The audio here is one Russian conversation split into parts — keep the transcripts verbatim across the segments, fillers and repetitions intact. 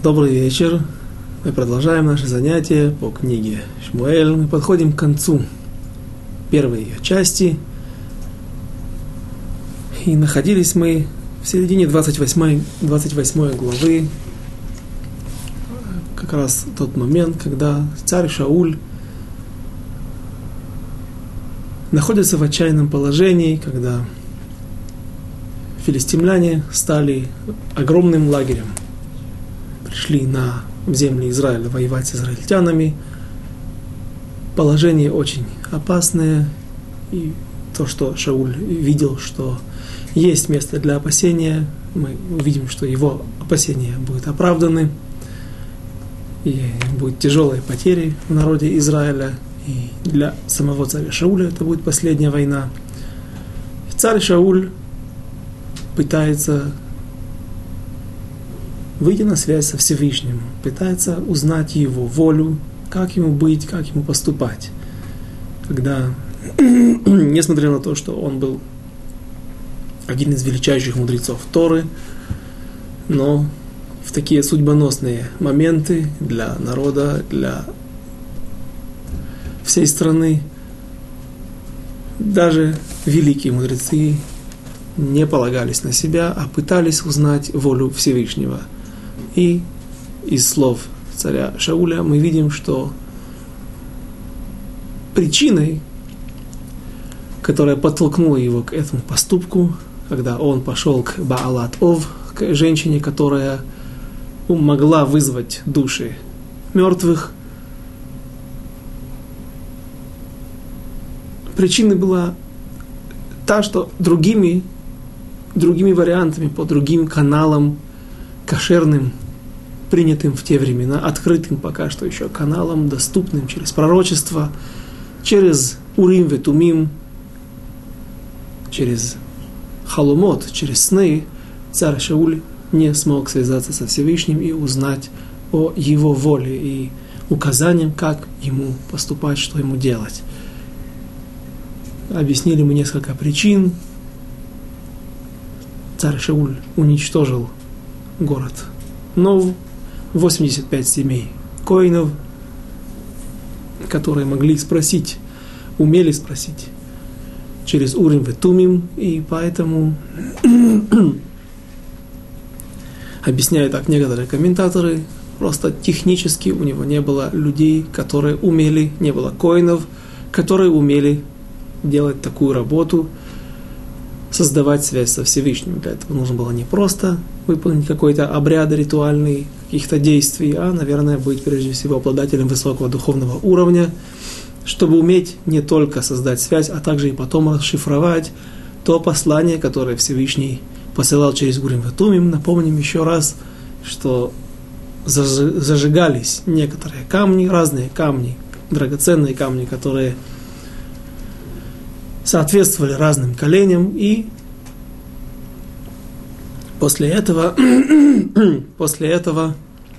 Добрый вечер. Мы продолжаем наше занятие по книге Шмуэль. Мы подходим к концу первой ее части. И находились мы в середине двадцать восьмой, двадцать восьмой главы. Как раз тот момент, когда царь Шауль находится в отчаянном положении, когда филистимляне стали огромным лагерем. Пришли на земли Израиля воевать с израильтянами. Положение очень опасное. И то, что Шауль видел, что есть место для опасения, мы увидим, что его опасения будут оправданы. И будут тяжелые потери в народе Израиля. И для самого царя Шауля это будет последняя война. И царь Шауль пытается выйти на связь со Всевышним, пытается узнать его волю, как ему быть, как ему поступать. Когда, несмотря на то, что он был один из величайших мудрецов Торы, но в такие судьбоносные моменты для народа, для всей страны, даже великие мудрецы не полагались на себя, а пытались узнать волю Всевышнего. И из слов царя Шауля мы видим, что причиной, которая подтолкнула его к этому поступку, когда он пошел к Баалат Ов, к женщине, которая могла вызвать души мертвых, причиной была та, что другими, другими вариантами, по другим каналам, кошерным, принятым в те времена, открытым пока что еще каналам, доступным через пророчество, через Урим ве Тумим, через халумот, через сны, царь Шауль не смог связаться со Всевышним и узнать о его воле и указаниям, как ему поступать, что ему делать. Объяснили мы несколько причин. Царь Шауль уничтожил город Нов, восемьдесят пять семей коинов, которые могли спросить, умели спросить через Урим ве Тумим, и поэтому объясняют так некоторые комментаторы, просто технически у него не было людей, которые умели, не было коинов, которые умели делать такую работу, создавать связь со Всевышним. Для этого нужно было не просто выполнить какой-то обряд ритуальный, каких-то действий, а, наверное, быть прежде всего обладателем высокого духовного уровня, чтобы уметь не только создать связь, а также и потом расшифровать то послание, которое Всевышний посылал через Урим ве Тумим. Напомним еще раз, что зажигались некоторые камни, разные камни, драгоценные камни, которые соответствовали разным коленям, и после этого, после этого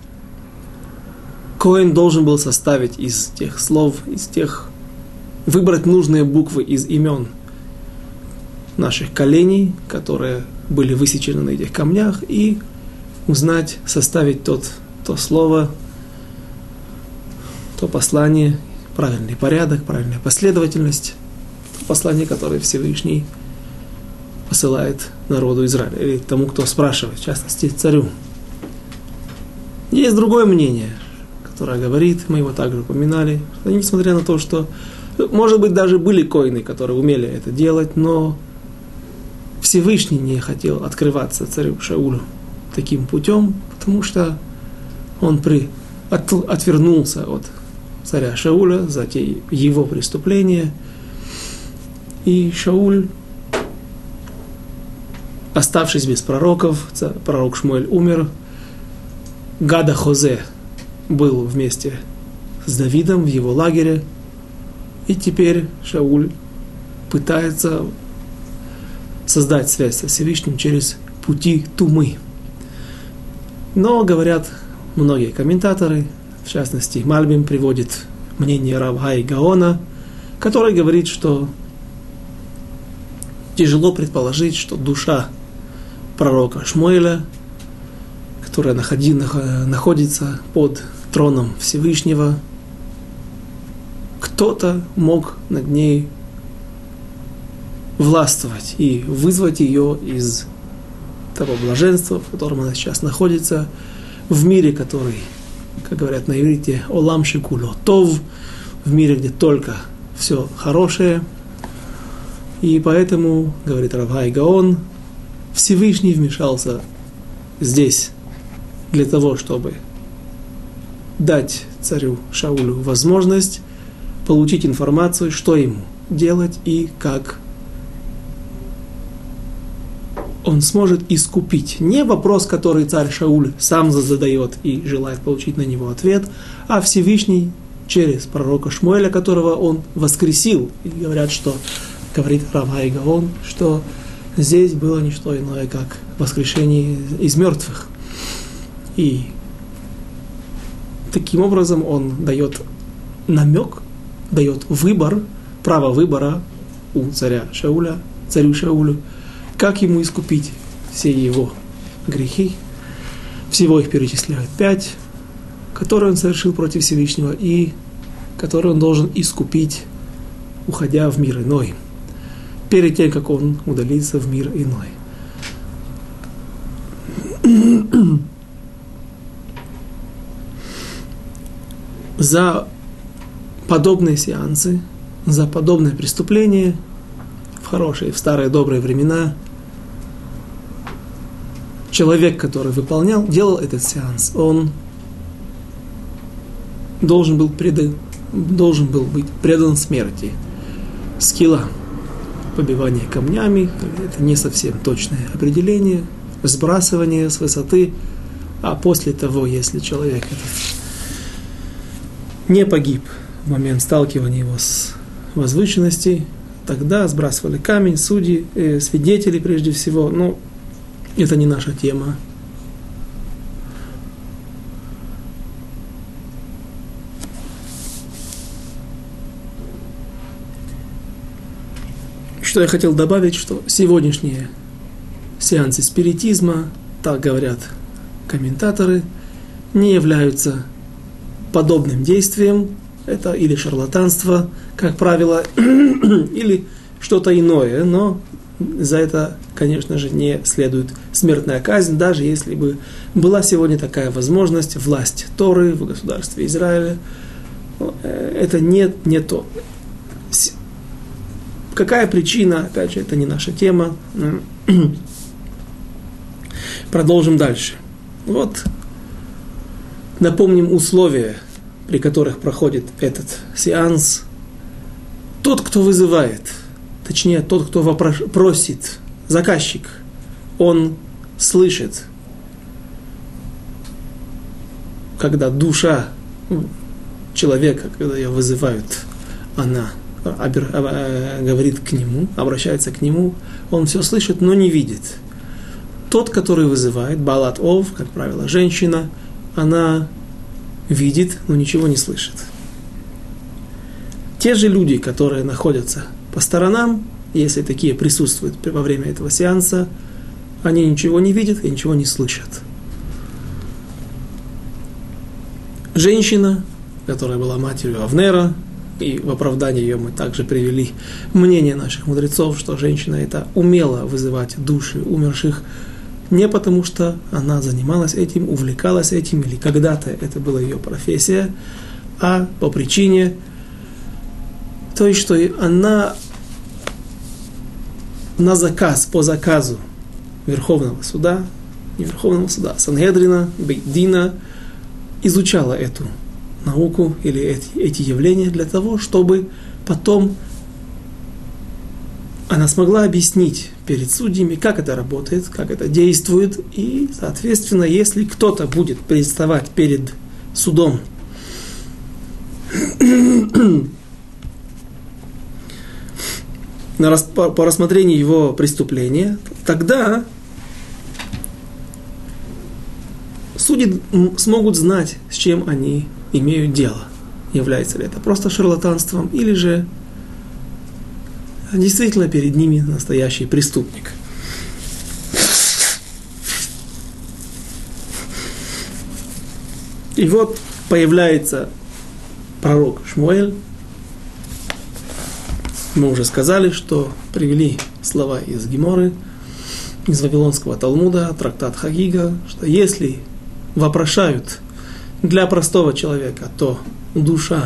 коэн должен был составить из тех слов, из тех, выбрать нужные буквы из имен наших коленей, которые были высечены на этих камнях, и узнать, составить тот, то слово, то послание, правильный порядок, правильная последовательность, послание, которое Всевышний посылает народу Израиля, или тому, кто спрашивает, в частности, царю. Есть другое мнение, которое говорит, мы его также упоминали, что несмотря на то, что, может быть, даже были коины, которые умели это делать, но Всевышний не хотел открываться царю Шаулю таким путем, потому что он при, от, отвернулся от царя Шауля за те его преступления. И Шауль, оставшись без пророков, пророк Шмуэль умер, Гада Хозе был вместе с Давидом в его лагере, и теперь Шауль пытается создать связь со Всевышним через пути Тумы. Но, говорят многие комментаторы, в частности, Мальбим приводит мнение Рав Хай Гаона, который говорит, что тяжело предположить, что душа пророка Шмуэля, которая находи, находится под троном Всевышнего, кто-то мог над ней властвовать и вызвать ее из того блаженства, в котором она сейчас находится, в мире, который, как говорят на иврите, «Олам шекуло тов», в мире, где только все хорошее. И поэтому, говорит Рав Хай Гаон, Всевышний вмешался здесь для того, чтобы дать царю Шаулю возможность получить информацию, что ему делать и как он сможет искупить. Не вопрос, который царь Шауль сам задает и желает получить на него ответ, а Всевышний через пророка Шмуэля, которого он воскресил. И говорят, что, говорит Рав Хай Гаон, что здесь было не что иное, как воскрешение из мертвых. И таким образом он дает намек, дает выбор, право выбора у царя Шауля, царю Шаулю, как ему искупить все его грехи. Всего их перечисляют пять, которые он совершил против Всевышнего и которые он должен искупить, уходя в мир иной, перед тем, как он удалится в мир иной. За подобные сеансы, за подобное преступление в хорошие, в старые добрые времена человек, который выполнял, делал этот сеанс, он должен был, предан, должен был быть предан смерти. Скилла, побивание камнями, это не совсем точное определение, сбрасывание с высоты, а после того, если человек этот не погиб в момент сталкивания его с возвышенностей, тогда сбрасывали камень, судьи, э, свидетели прежде всего, но это не наша тема. Что я хотел добавить, что сегодняшние сеансы спиритизма, так говорят комментаторы, не являются подобным действием. Это или шарлатанство, как правило, или что-то иное, но за это, конечно же, не следует смертная казнь, даже если бы была сегодня такая возможность, власть Торы в государстве Израиля. Это не, не то. Какая причина, опять же, это не наша тема. Продолжим дальше. Вот, напомним условия, при которых проходит этот сеанс. Тот, кто вызывает, точнее, тот, кто вопрош- просит, заказчик, он слышит, когда душа человека, когда ее вызывают, она говорит к нему, обращается к нему, он все слышит, но не видит. Тот, который вызывает, Балат Ов, как правило, женщина, она видит, но ничего не слышит. Те же люди, которые находятся по сторонам, если такие присутствуют во время этого сеанса, они ничего не видят и ничего не слышат. Женщина, которая была матерью Авнера, и в оправдании ее мы также привели мнение наших мудрецов, что женщина это умела вызывать души умерших, не потому что она занималась этим, увлекалась этим, или когда-то это была ее профессия, а по причине той, что она на заказ, по заказу Верховного суда, не Верховного суда, а Сангедрина, Бейт-Дина, изучала эту науку или эти, эти явления для того, чтобы потом она смогла объяснить перед судьями, как это работает, как это действует, и, соответственно, если кто-то будет представать перед судом на рас, по, по рассмотрению его преступления, тогда судьи смогут знать, с чем они имеют дело. Является ли это просто шарлатанством, или же действительно перед ними настоящий преступник. И вот появляется пророк Шмуэль. Мы уже сказали, что привели слова из Геморы, из Вавилонского Талмуда, трактат Хагига, что если вопрошают для простого человека, то душа,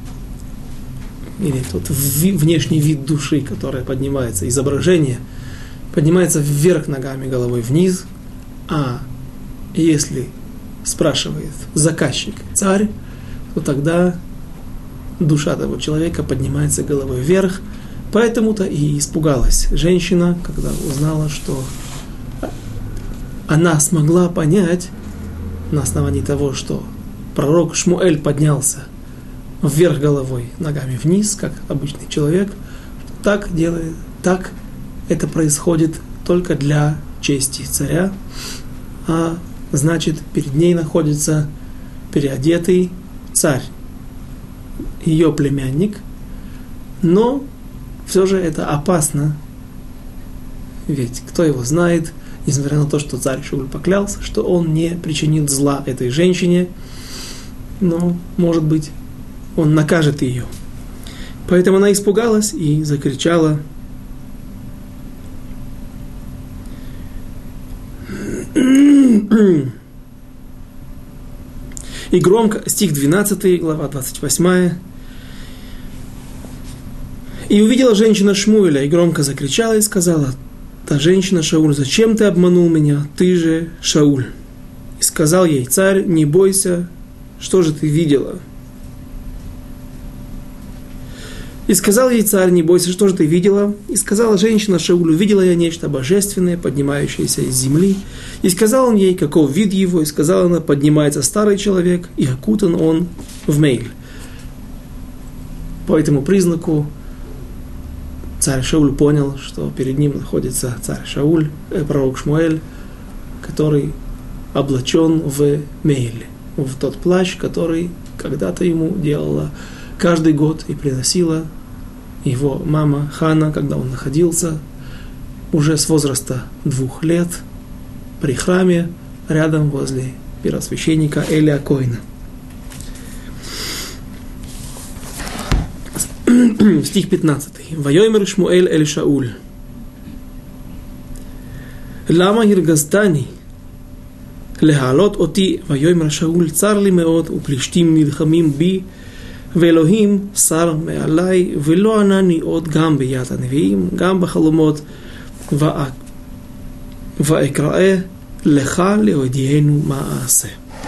или тот внешний вид души, которая поднимается, изображение, поднимается вверх ногами, головой вниз, а если спрашивает заказчик, царь, то тогда душа того человека поднимается головой вверх. Поэтому-то и испугалась женщина, когда узнала, что она смогла понять на основании того, что пророк Шмуэль поднялся вверх головой, ногами вниз, как обычный человек, что так делает, так это происходит только для чести царя, а значит, перед ней находится переодетый царь, ее племянник, но все же это опасно, ведь кто его знает, несмотря на то, что царь Шауль поклялся, что он не причинит зла этой женщине, но, может быть, он накажет ее. Поэтому она испугалась и закричала: и громко, стих двенадцатый, глава двадцать восьмая. И увидела женщина Шмуэля, и громко закричала и сказала: та женщина Шауль, зачем ты обманул меня, ты же Шауль? И сказал ей царь: не бойся, что же ты видела? И сказал ей царь: не бойся, что же ты видела? И сказала женщина Шаулю: видела я нечто божественное, поднимающееся из земли. И сказал он ей, каков вид его, и сказала она: поднимается старый человек, и окутан он в мейль. По этому признаку царь Шауль понял, что перед ним находится царь Шауль, э, пророк Шмуэль, который облачен в мейль, в тот плащ, который когда-то ему делала каждый год и приносила его мама Хана, когда он находился уже с возраста двух лет при храме, рядом возле первосвященника Элия Коэна. Стих пятнадцатый. Вайомер Шмуэль эль Шауль. Лама гиргазтани להעלות אותי, ויאמר שאול, צר לי מאוד, ופלישתים נלחמים בי, ואלוהים שר מעלי, ולא ענני עוד גם ביד הנביאים, גם בחלומות, ואקרא לך להודיענו מה אעשה.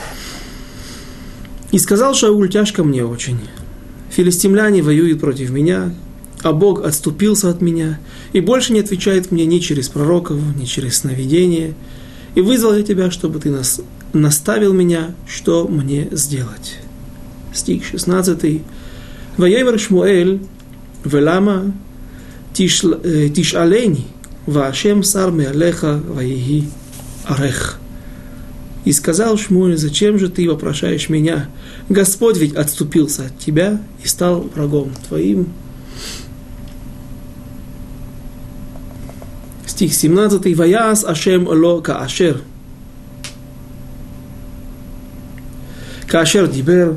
И сказал Шауль: тяжко мне очень. Филистимляне воюют против меня, а Бог отступился от меня и больше не отвечает мне ни через пророков, ни через сновидения. И вызвал я тебя, чтобы ты нас, наставил меня, что мне сделать. Стих шестнадцатый. Вайомер Шмуэль, велама тишалени, ваашем сар меалеха ваихи арех. И сказал Шмуэль: зачем же ты вопрошаешь меня? Господь ведь отступился от тебя и стал врагом твоим. Стих семнадцатый. Ваяс Ашем ло каашер. Каашер дибер.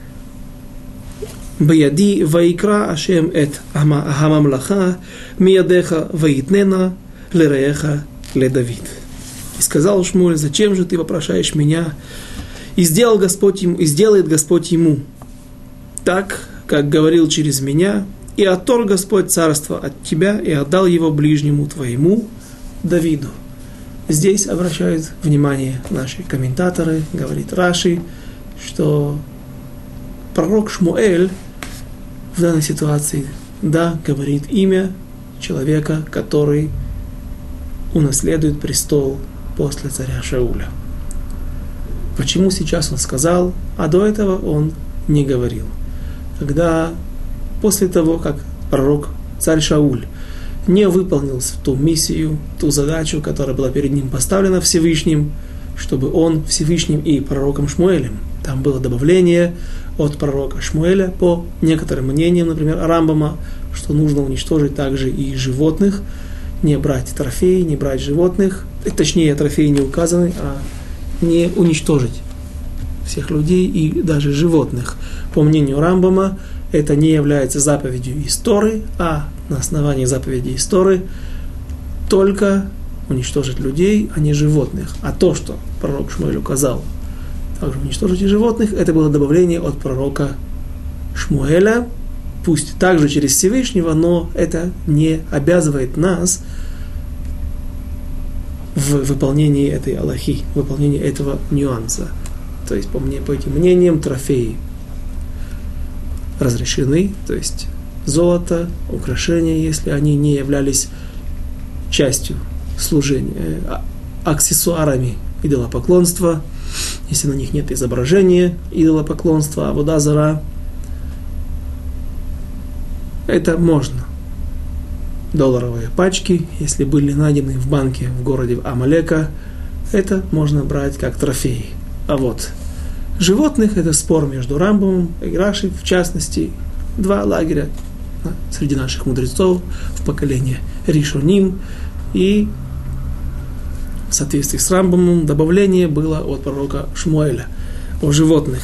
Баяди ваикра Ашем эт хамамлаха миядеха ваитнена лерееха ледавид. И сказал Шмуэль: зачем же ты вопрошаешь меня? И сделал Господь ему, и сделает Господь ему так, как говорил через меня, и отторг Господь царство от тебя и отдал его ближнему твоему Давиду. Здесь обращают внимание наши комментаторы, говорит Раши, что пророк Шмуэль в данной ситуации, да, говорит имя человека, который унаследует престол после царя Шауля. Почему сейчас он сказал, а до этого он не говорил? Когда после того, как пророк, царь Шауль, не выполнил ту миссию, ту задачу, которая была перед ним поставлена Всевышним, чтобы он Всевышним и пророком Шмуэлем. Там было добавление от пророка Шмуэля, по некоторым мнениям, например, Рамбама, что нужно уничтожить также и животных, не брать трофеи, не брать животных, точнее, трофеи не указаны, а не уничтожить всех людей и даже животных. По мнению Рамбама, это не является заповедью из Торы, а на основании заповеди из Торы только уничтожить людей, а не животных. А то, что пророк Шмуэль указал также уничтожить и животных, это было добавление от пророка Шмуэля, пусть также через Всевышнего, но это не обязывает нас в выполнении этой алахи, в выполнении этого нюанса. То есть, по, мне, по этим мнениям, трофеи разрешены, то есть золото, украшения, если они не являлись частью служения, аксессуарами идолопоклонства, если на них нет изображения идолопоклонства, авода зара, это можно. Долларовые пачки, если были найдены в банке в городе Амалека, это можно брать как трофеи. А вот животных, это спор между Рамбамом и Раши, в частности, два лагеря среди наших мудрецов в поколении Ришоним, и в соответствии с Рамбамом добавление было от пророка Шмуэля о животных.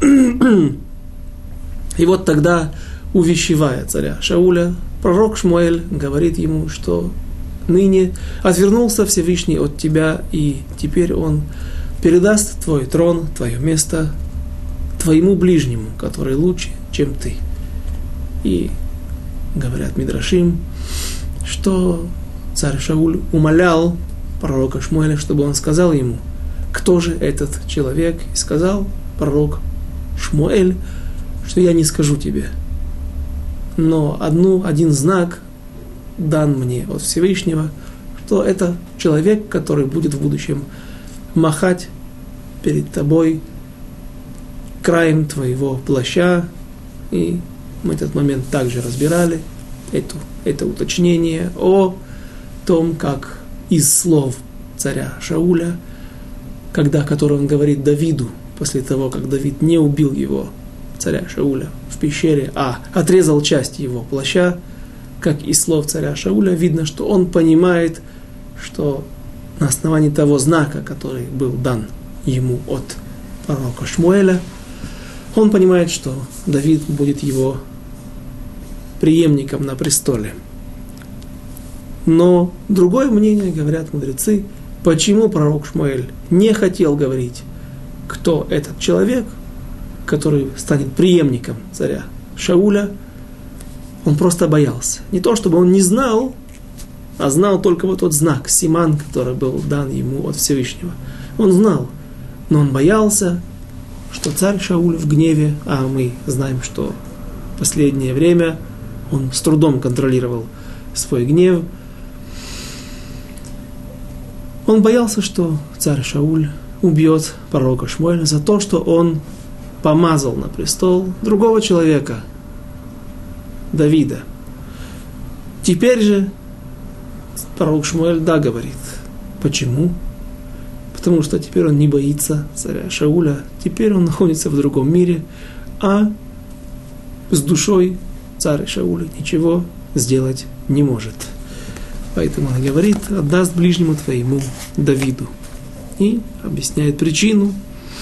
И вот тогда, увещевая царя Шауля, пророк Шмуэль говорит ему, что ныне отвернулся Всевышний от тебя, и теперь он передаст твой трон, твое место твоему ближнему, который лучше, чем ты. И говорят Мидрашим, что царь Шауль умолял пророка Шмуэля, чтобы он сказал ему, кто же этот человек, и сказал пророк Шмуэль, что я не скажу тебе. Но одну, один знак дан мне от Всевышнего, что это человек, который будет в будущем махать перед тобой краем твоего плаща. И мы этот момент также разбирали, эту, это уточнение о том, как из слов царя Шауля, когда, который он говорит Давиду, после того, как Давид не убил его, царя Шауля, в пещере, а отрезал часть его плаща, как из слов царя Шауля, видно, что он понимает, что на основании того знака, который был дан ему от пророка Шмуэля, он понимает, что Давид будет его преемником на престоле. Но другое мнение, говорят мудрецы, почему пророк Шмуэль не хотел говорить, кто этот человек, который станет преемником царя Шауля. Он просто боялся. Не то, чтобы он не знал, а знал только вот тот знак, симан, который был дан ему от Всевышнего. Он знал, но он боялся, что царь Шауль в гневе, а мы знаем, что в последнее время он с трудом контролировал свой гнев. Он боялся, что царь Шауль убьет пророка Шмуэля за то, что он помазал на престол другого человека, Давида. Теперь же пророк Шмуэль да говорит. Почему? Потому что теперь он не боится царя Шауля, теперь он находится в другом мире, а с душой царь Шауля ничего сделать не может. Поэтому он говорит, отдаст ближнему твоему Давиду. И объясняет причину.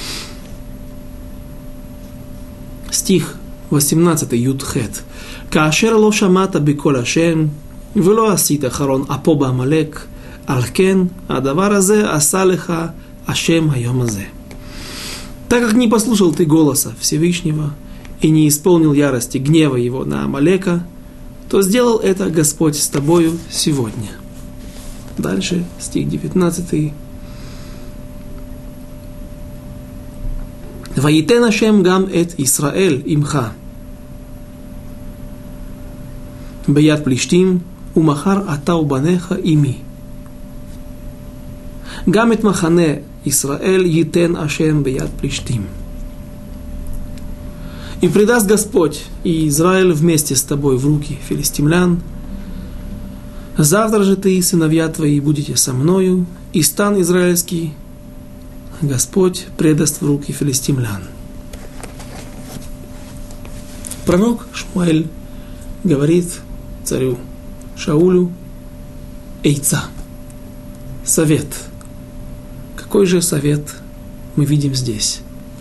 Стих восемнадцатый, Ют-Хет. Каашер ло шамата бикол Ашем, вело асит ахарон апо баамалек, ал кен адавар азе аса леха Ашем хайом азе. Так как не послушал ты голоса Всевышнего и не исполнил ярости гнева его на Амалека, то сделал это Господь с тобою сегодня. Дальше стих девятнадцатый. Ваитен Ашем гам эт Исраэль имха беяд плиштим умахар ата убанеха ими. Гам эт махане Исраэль йитен Ашем беяд плиштим. И предаст Господь и Израиль вместе с тобой в руки филистимлян. Завтра же ты и сыновья твои будете со мною, и стан израильский Господь предаст в руки филистимлян. Пророк Шмуэль говорит царю Шаулю эйца, совет. Какой же совет мы видим здесь?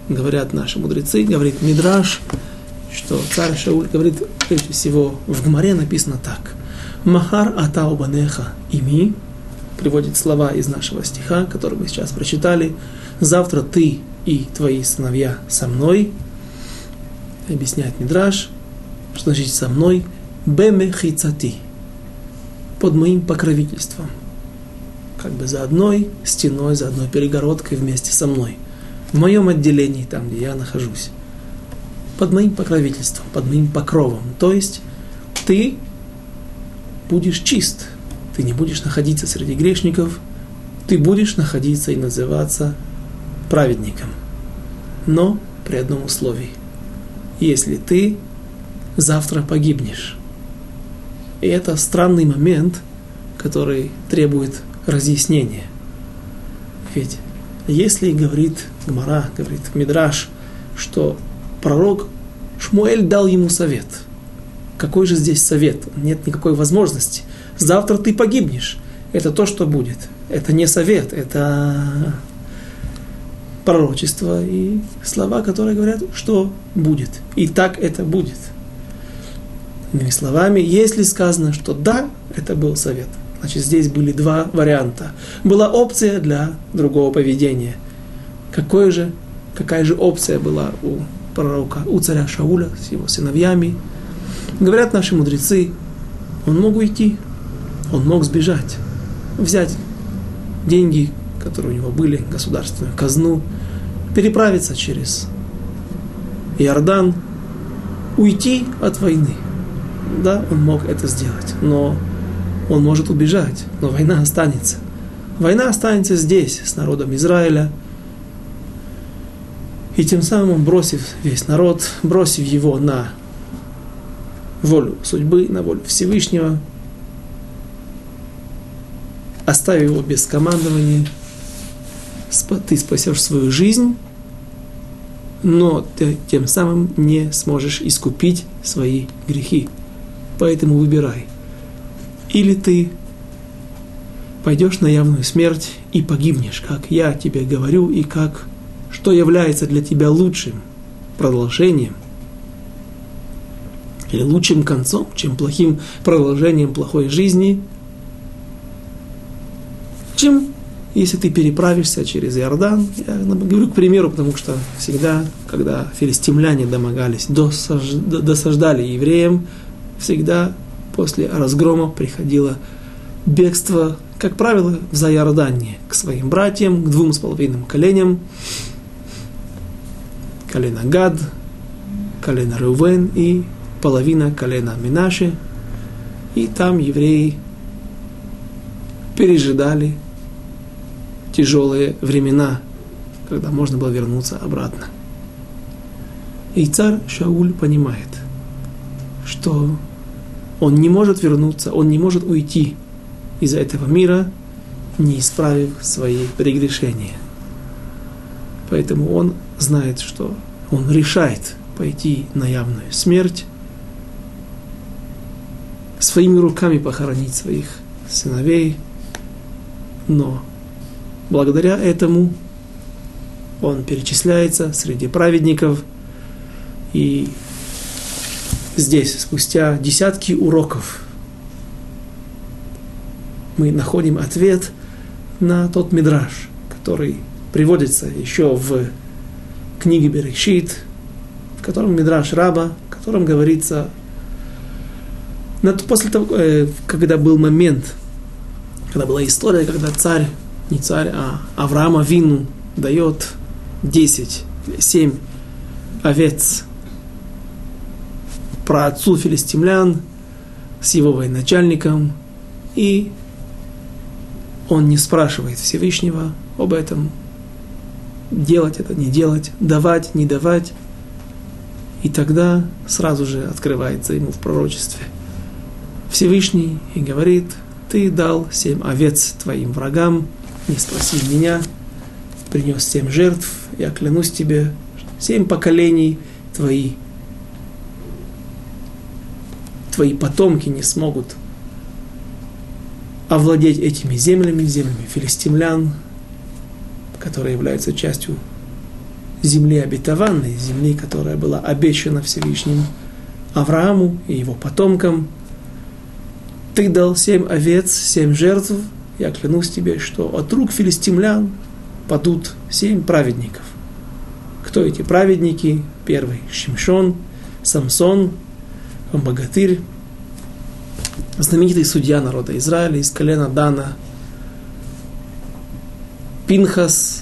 говорят наши мудрецы, говорит Мидраш, что царь Шауль говорит, прежде всего, в Гмаре написано так. Махар ата убанеха ими, приводит слова из нашего стиха, который мы сейчас прочитали. Завтра ты и твои сыновья со мной. Объясняет Мидраш, что значит со мной. Бемехицати, под моим покровительством. Как бы за одной стеной, за одной перегородкой вместе со мной. В моем отделении, там, где я нахожусь. Под моим покровительством, под моим покровом. То есть ты будешь чист. Ты не будешь находиться среди грешников. Ты будешь находиться и называться праведником. Но при одном условии. Если ты завтра погибнешь. И это странный момент, который требует разъяснения. Ведь если говорит Гмара, говорит Мидраш, что пророк Шмуэль дал ему совет. Какой же здесь совет? Нет никакой возможности. Завтра ты погибнешь. Это то, что будет. Это не совет, это пророчество и слова, которые говорят, что будет. И так это будет. Иными словами, если сказано, что да, это был совет, значит, здесь были два варианта. Была опция для другого поведения. Какой же, какая же опция была у пророка, у царя Шауля с его сыновьями? Говорят наши мудрецы, он мог уйти, он мог сбежать, взять деньги, которые у него были, государственную казну, переправиться через Иордан, уйти от войны. Да, он мог это сделать, но он может убежать, но война останется. Война останется здесь, с народом Израиля. И тем самым, бросив весь народ, бросив его на волю судьбы, на волю Всевышнего, оставив его без командования, ты спасешь свою жизнь, но ты тем самым не сможешь искупить свои грехи. Поэтому выбирай. Или ты пойдешь на явную смерть и погибнешь, как я тебе говорю, и как, что является для тебя лучшим продолжением, или лучшим концом, чем плохим продолжением плохой жизни, чем если ты переправишься через Иордан. Я говорю к примеру, потому что всегда, когда филистимляне домогались, досаждали евреям, всегда после разгрома приходило бегство, как правило, в Заиордане, к своим братьям, к двум с половиной коленям, колено Гад, колено Рувен и половина колена Менаше. И там евреи пережидали тяжелые времена, когда можно было вернуться обратно. И царь Шауль понимает, что он не может вернуться, он не может уйти из этого мира, не исправив свои прегрешения. Поэтому он знает, что он решает пойти на явную смерть, своими руками похоронить своих сыновей, но благодаря этому он перечисляется среди праведников. И здесь, спустя десятки уроков, мы находим ответ на тот мидраш, который приводится еще в книге Берешит, в котором мидраш Раба, в котором говорится, после того, когда был момент, когда была история, когда царь, не царь, а Авраам Авину дает десять, семь овец праотцу филистимлян с его военачальником, и он не спрашивает Всевышнего об этом, делать это, не делать, давать, не давать, и тогда сразу же открывается ему в пророчестве Всевышний и говорит: ты дал семь овец твоим врагам, не спроси меня, принес семь жертв, я клянусь тебе, семь поколений твои, твои потомки не смогут овладеть этими землями, землями филистимлян, которые являются частью земли обетованной, земли, которая была обещана Всевышним Аврааму и его потомкам. Ты дал семь овец, семь жертв, я клянусь тебе, что от рук филистимлян падут семь праведников. Кто эти праведники? Первый – Шимшон, Самсон, богатырь, знаменитый судья народа Израиля из колена Дана, Пинхас,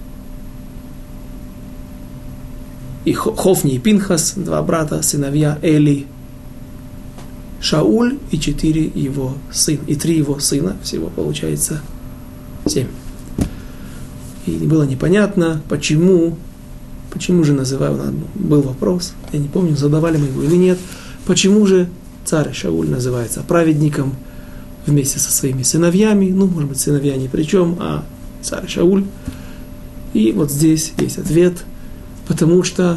и Хофни и Пинхас, два брата, сыновья Эли, Шауль и четыре его сына, и три его сына, всего получается семь. И было непонятно, почему, почему же называю, был вопрос, я не помню, задавали мы его или нет, почему же царь Шауль называется праведником вместе со своими сыновьями, ну, может быть, сыновья ни при чем, а царь Шауль. И вот здесь есть ответ, потому что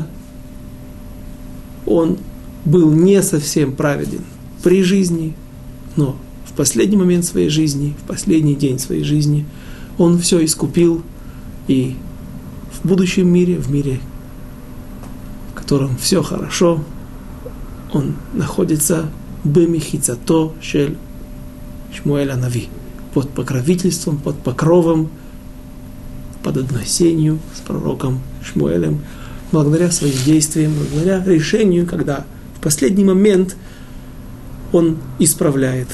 он был не совсем праведен при жизни, но в последний момент своей жизни, в последний день своей жизни он все искупил, и в будущем мире, в мире, в котором все хорошо, он находится бемихицато шель Шмуэля Нави, под покровительством, под покровом, под одной сенью с пророком Шмуэлем, благодаря своим действиям, благодаря решению, когда в последний момент он исправляет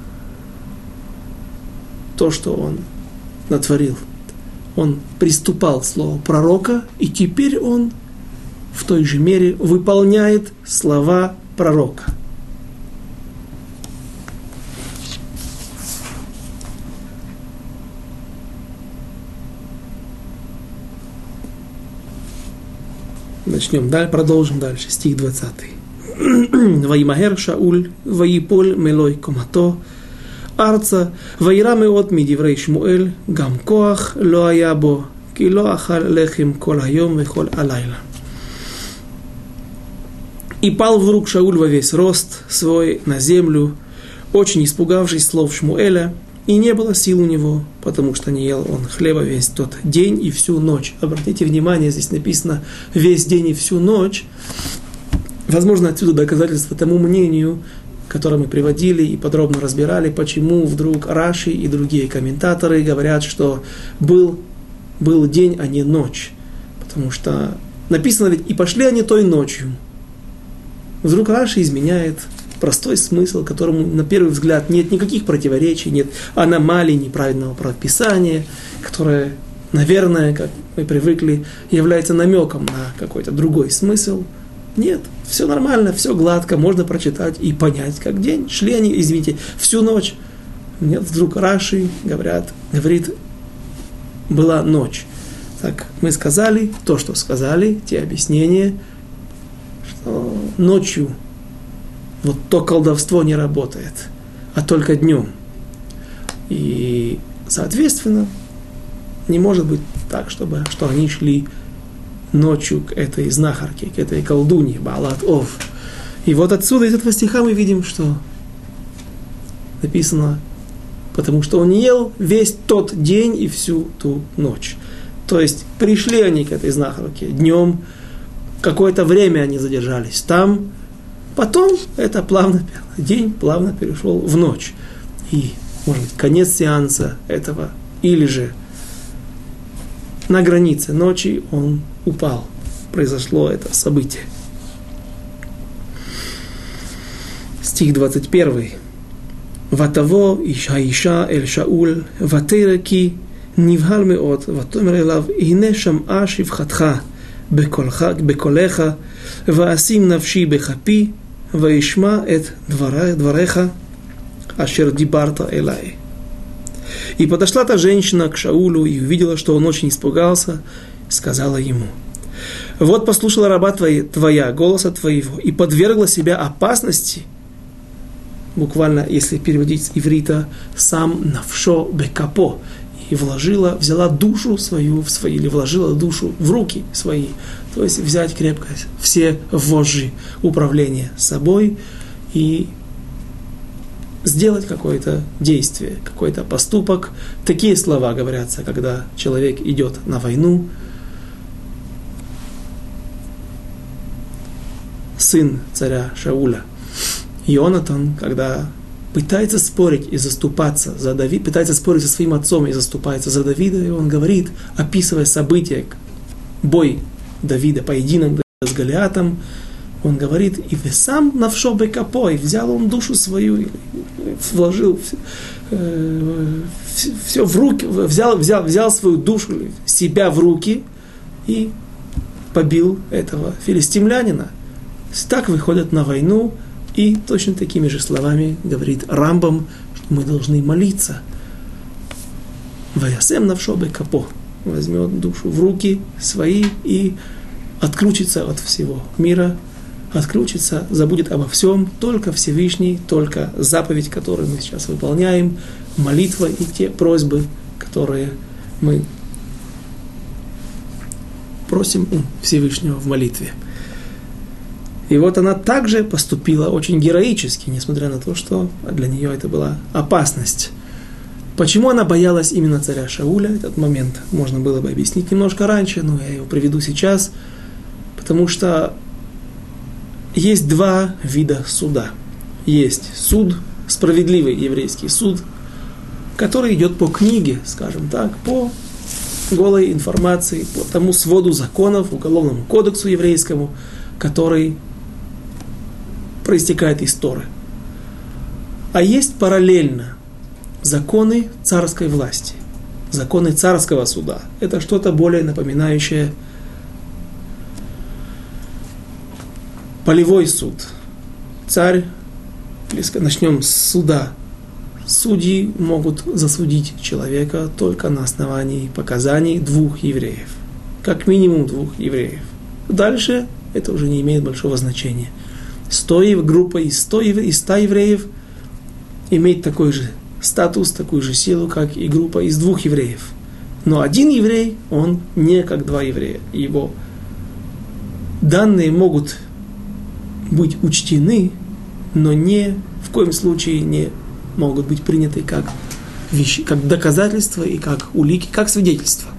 то, что он натворил. Он приступал слово пророка, и теперь он в той же мере выполняет слова пророка. Начнем дальше, продолжим дальше, стих двадцатый. Ваимахер Шауль, ваиполь мелой комато, арца, ваира меот мидиврей Шмуэль, гам коах ло аябо, ки ло ахал лехим кол хайом вехол алайла. И пал в рук Шауль во весь рост свой на землю, очень испугавшись слов Шмуэля, и не было сил у него, потому что не ел он хлеба весь тот день и всю ночь. Обратите внимание, здесь написано «весь день и всю ночь». Возможно, отсюда доказательство тому мнению, которое мы приводили и подробно разбирали, почему вдруг Раши и другие комментаторы говорят, что был, был день, а не ночь. Потому что написано ведь «и пошли они той ночью». Вдруг Раши изменяет простой смысл, которому на первый взгляд нет никаких противоречий, нет аномалий, неправильного прописания, которое, наверное, как мы привыкли, является намеком на какой-то другой смысл. Нет, все нормально, все гладко, можно прочитать и понять, как день. Шли они, извините, всю ночь. Нет, вдруг Раши говорят, говорит, была ночь. Так, мы сказали то, что сказали, те объяснения, что ночью вот то колдовство не работает, а только днем. И, соответственно, не может быть так, чтобы, что они шли ночью к этой знахарке, к этой колдунье, Баалат Ов. И вот отсюда, из этого стиха, мы видим, что написано, потому что он не ел весь тот день и всю ту ночь. То есть, пришли они к этой знахарке днем, какое-то время они задержались там, потом это плавно, день плавно перешел в ночь. И, может быть, конец сеанса этого, или же на границе ночи он упал. Произошло это событие. Стих двадцать первый. «Ватаво иша иша эль Шауль, ватейраки нивхал меот, ватомер элав, ине шам'a шивхатха, беколеха, ваасим навши бехапи, ваишма эт двореха, ашер дибарта элай». И подошла та женщина к Шаулю и увидела, что он очень испугался, сказала ему: «Вот послушала раба твоя, твоя голоса твоего, и подвергла себя опасности». Буквально, если переводить с иврита, «сам навшо бекапо», и вложила, взяла душу свою в свои, или вложила душу в руки свои, то есть взять крепко все вожжи управления собой и сделать какое-то действие, какой-то поступок. Такие слова говорятся, когда человек идет на войну. сын царя Шауля, Йонатан, когда пытается спорить и заступаться за Давида, пытается спорить со своим отцом и заступается за Давида, и он говорит, описывая события, бой Давида, поединок с Голиатом, он говорит, и сам навшо бекапо, и взял он душу свою, вложил э, все в руки, взял, взял, взял свою душу, себя в руки и побил этого филистимлянина. Так выходят на войну, и точно такими же словами говорит Рамбам, что мы должны молиться. Ваясем навшо бекапо, возьмет душу в руки свои и отключится от всего мира, отключится, забудет обо всем, только Всевышний, только заповедь, которую мы сейчас выполняем, молитва и те просьбы, которые мы просим у Всевышнего в молитве. И вот она также поступила очень героически, несмотря на то, что для нее это была опасность. Почему она боялась именно царя Шауля? Этот момент можно было бы объяснить немножко раньше, но я его приведу сейчас. Потому что есть два вида суда. Есть суд, справедливый еврейский суд, который идет по книге, скажем так, по голой информации, по тому своду законов, уголовному кодексу еврейскому, который проистекает из Торы. А есть параллельно законы царской власти, законы царского суда. Это что-то более напоминающее полевой суд. Царь, начнем с суда. Судьи могут засудить человека только на основании показаний двух евреев. Как минимум двух евреев. Дальше это уже не имеет большого значения. сто, группа из ста евреев имеет такой же статус, такую же силу, как и группа из двух евреев. Но один еврей, он не как два еврея. Его данные могут быть учтены, но не, в коем случае не могут быть приняты как вещи, как доказательства и как улики, как свидетельства.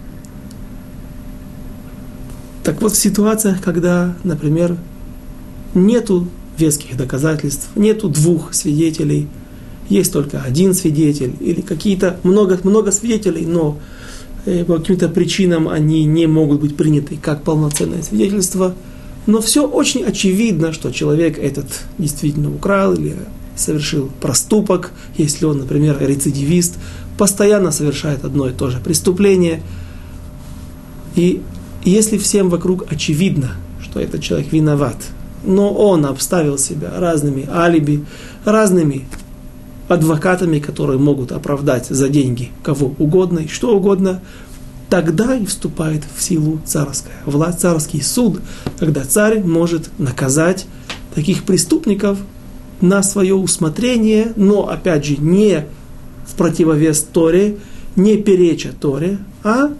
Так вот, в ситуациях, когда, например, нету веских доказательств, нету двух свидетелей, есть только один свидетель или какие-то много, много свидетелей, но э, по каким-то причинам они не могут быть приняты как полноценное свидетельство, но все очень очевидно, что человек этот действительно украл или совершил проступок, если он, например, рецидивист, постоянно совершает одно и то же преступление. И если всем вокруг очевидно, что этот человек виноват, но он обставил себя разными алиби, разными адвокатами, которые могут оправдать за деньги кого угодно и что угодно, тогда и вступает в силу царская власть, царский суд, когда царь может наказать таких преступников на свое усмотрение, но, опять же, не в противовес Торе, не переча Торе, а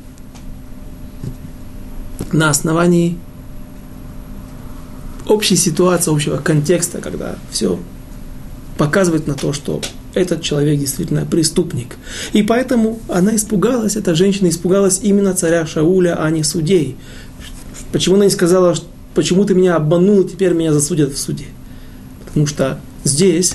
на основании общей ситуации, общего контекста, когда все показывает на то, что этот человек действительно преступник. И поэтому она испугалась, эта женщина испугалась именно царя Шауля, а не судей. Почему она не сказала, почему ты меня обманул, и теперь меня засудят в суде? Потому что здесь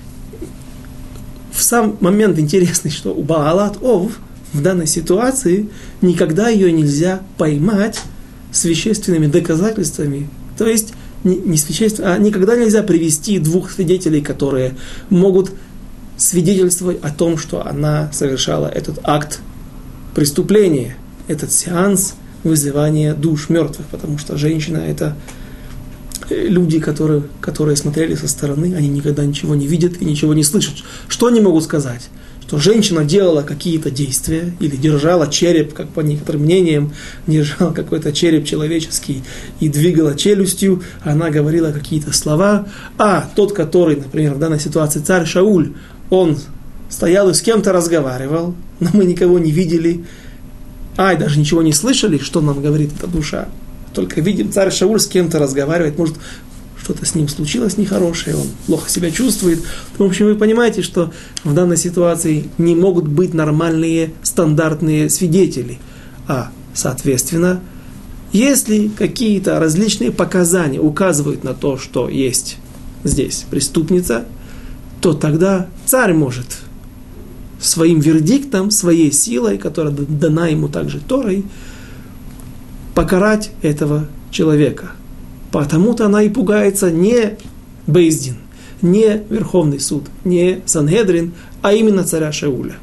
в сам момент интересный, что у Баалат Ов в данной ситуации никогда ее нельзя поймать с вещественными доказательствами. То есть не, не с вещественно, а никогда нельзя привести двух свидетелей, которые могут свидетельствовать о том, что она совершала этот акт преступления, этот сеанс вызывания душ мертвых, потому что женщина — это люди, которые, которые смотрели со стороны, они никогда ничего не видят и ничего не слышат. Что они могут сказать? Что женщина делала какие-то действия или держала череп, как по некоторым мнениям, держала какой-то череп человеческий и двигала челюстью, она говорила какие-то слова, а тот, который, например, в данной ситуации царь Шауль, он стоял и с кем-то разговаривал, но мы никого не видели, а и даже ничего не слышали, что нам говорит эта душа. Только видим, царь Шауль с кем-то разговаривает, может, что-то с ним случилось нехорошее, он плохо себя чувствует. В общем, вы понимаете, что в данной ситуации не могут быть нормальные, стандартные свидетели. А, соответственно, Если какие-то различные показания указывают на то, что есть здесь преступница, то тогда царь может своим вердиктом, своей силой, которая дана ему также Торой, покарать этого человека. Потому-то она и пугается не Бейздин, не Верховный суд, не Сангедрин, а именно царя Шауля.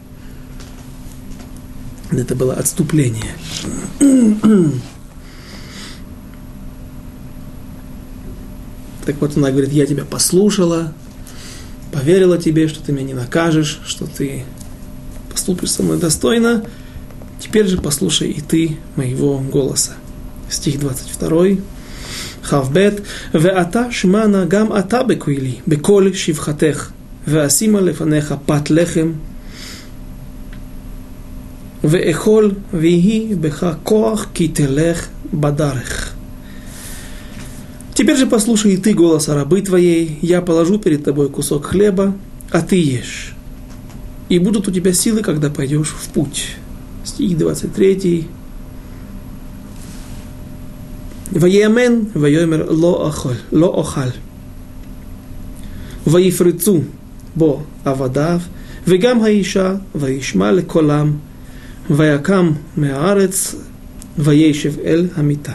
Это было отступление. Так вот она говорит, я тебя послушала, поверила тебе, что ты меня не накажешь, что ты поступишь со мной достойно. Теперь же послушай и ты моего голоса. Стих двадцать второй. Хавбет. Веата шмана гам ата бекуили, беколь шивхатех, веасима лефанеха пат лехем, веэхол вихи беха коах кителех бадарех. Теперь же послушай и ты голоса рабы твоей, я положу перед тобой кусок хлеба, а ты ешь. И будут у тебя силы, когда пойдешь в путь. Стих двадцать третий. Ваемен, ваемер ло охаль, ло охаль. Ваифрицу бо авадав, вегам хаиша, ваишма леколам, ваякам меарец, ваешев эль хамита.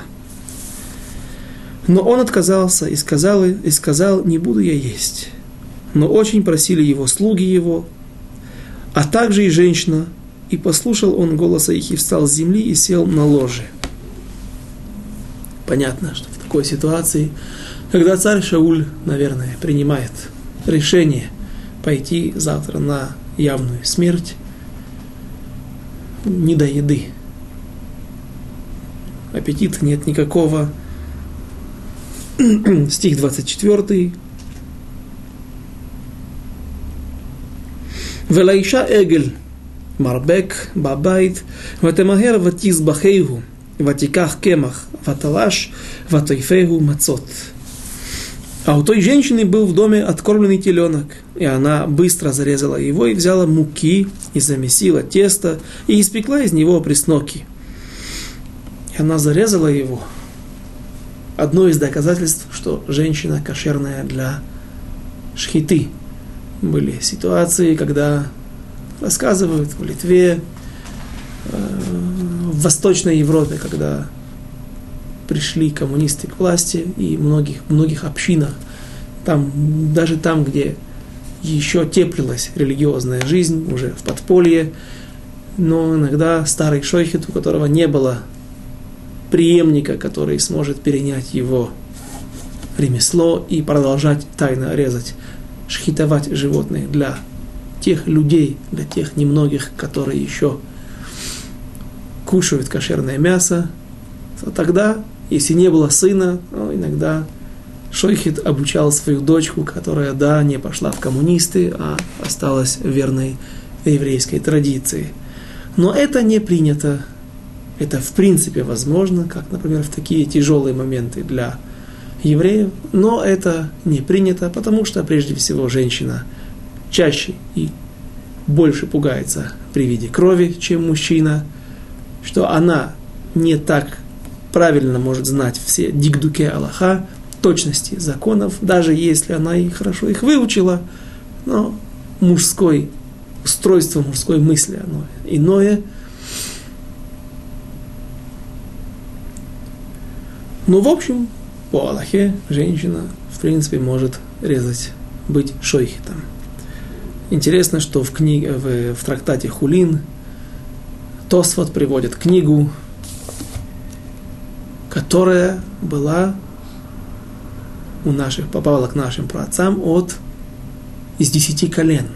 Но он отказался и сказал, и сказал, не буду я есть. Но очень просили его слуги его, а также и женщина, и послушал он голоса их, и встал с земли, и сел на ложе. Понятно, что в такой ситуации, когда царь Шауль, наверное, принимает решение пойти завтра на явную смерть, не до еды. Аппетита нет никакого. Стих двадцать четвёртый. Велаиша эгель марбек бабайт ватемахер ватизбахейгу ватиках кемах ваталаш ватойфейгу мацот. А у той женщины был в доме откормленный теленок, и она быстро зарезала его и взяла муки и замесила тесто и испекла из него пресноки. И она зарезала его. Одно из доказательств, что женщина кошерная для шхиты. Были ситуации, когда рассказывают в Литве, в Восточной Европе, когда пришли коммунисты к власти, и многих, многих общинах, там, даже там, где еще теплилась религиозная жизнь, уже в подполье, но иногда старый шойхет, у которого не было преемника, который сможет перенять его ремесло и продолжать тайно резать, шхитовать животных для тех людей, для тех немногих, которые еще кушают кошерное мясо, то тогда, если не было сына, ну, иногда шойхет обучал свою дочку, которая, да, не пошла в коммунисты, а осталась верной еврейской традиции. Но это не принято. Это в принципе возможно, как, например, в такие тяжелые моменты для евреев, но это не принято, потому что, прежде всего, женщина чаще и больше пугается при виде крови, чем мужчина, что она не так правильно может знать все дикдуке Аллаха, точности законов, даже если она и хорошо их выучила, но мужское устройство, мужской мысли, оно иное. Но, в общем, по Аллахе женщина, в принципе, может резать, быть шойхетом. Интересно, что в, книге, в, в трактате Хулин Тосфот приводит книгу, которая была у наших, попала к нашим праотцам от из десяти колен.